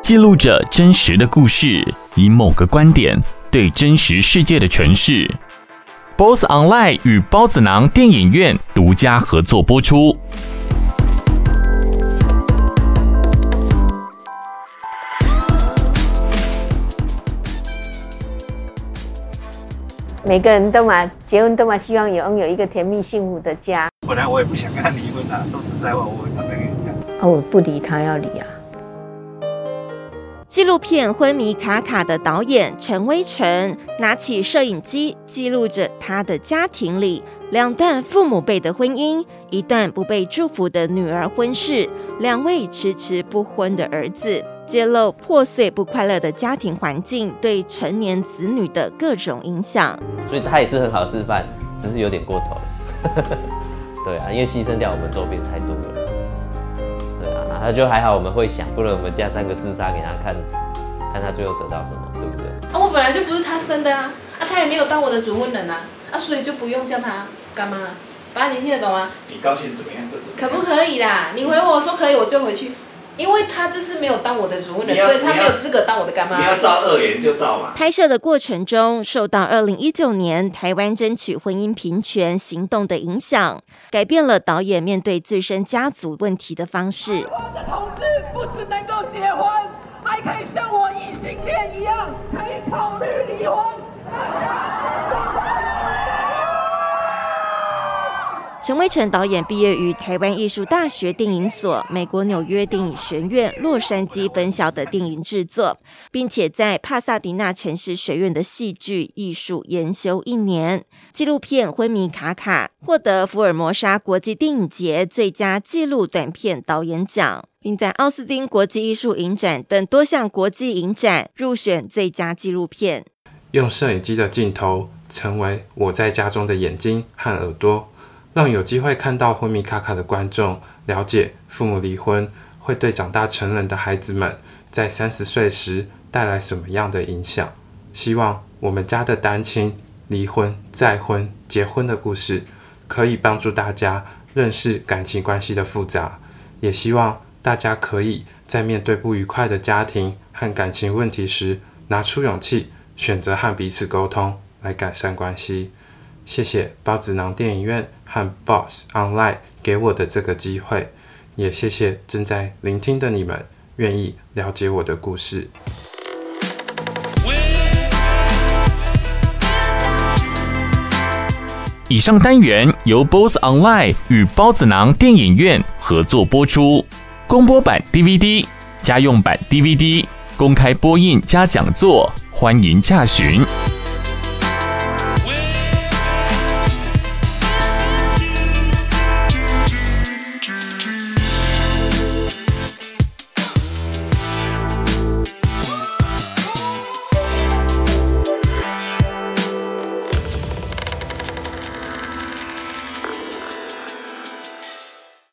记录着真实的故事，以某个观点对真实世界的诠释。BOSS Online 与包子囊电影院独家合作播出。 每个人都嘛结婚都嘛希望拥有一个甜蜜幸福的家。 本来我也不想跟他离婚啊，说实在话，我坦白跟你讲。 我不理他，要理啊。 纪录片《昏迷卡卡》的导演陈威成拿起摄影机，记录着他的家庭里2段父母辈的婚姻，1段不被祝福的女儿婚事，2位迟迟不婚的儿子，揭露破碎不快乐的家庭环境对成年子女的各种影响。 所以他也是很好示范，只是有点过头了。对啊，因为牺牲掉我们周边太多了。对啊，他就还好，我们会想，不然我们加3个自杀给他看，看他最后得到什么，对不对？ 我本来就不是他生的啊，他也没有当我的主婚人啊，所以就不用叫他干妈。爸，你听得懂吗？ 你高兴怎么样就怎么样。 可不可以啦？你回我说可以，我就回去。因为他就是没有当我的主婚人，所以他没有资格当我的干妈。 你要照恶言就照嘛。 拍摄的过程中，受到2019年台湾争取婚姻平权行动的影响，改变了导演面对自身家族问题的方式。 台湾的同志不只能够结婚，还可以像我异性恋一样，可以考虑离婚。大家陈威成导演毕业于台湾艺术大学电影所、美国纽约电影学院洛杉矶分校的电影制作，并且在帕萨迪纳城市学院的戏剧艺术研修1年。纪录片《昏迷卡卡》获得福尔摩沙国际电影节最佳纪录短片导演奖，并在奥斯汀国际艺术影展等多项国际影展入选最佳纪录片。 用摄影机的镜头成为我在家中的眼睛和耳朵，让有机会看到昏迷卡卡的观众了解父母离婚会对长大成人的孩子们在30岁时带来什么样的影响。希望我们家的单亲、离婚、再婚、结婚的故事可以帮助大家认识感情关系的复杂，也希望大家可以在面对不愉快的家庭和感情问题时拿出勇气，选择和彼此沟通来改善关系。谢谢包子囊电影院和 BOSS Online 给我的这个机会，也谢谢正在聆听的你们，愿意了解我的故事。 以上单元由 BOSS Online 与包子囊电影院合作播出，公播版 DVD、家用版 DVD 公开播映加讲座，欢迎洽询。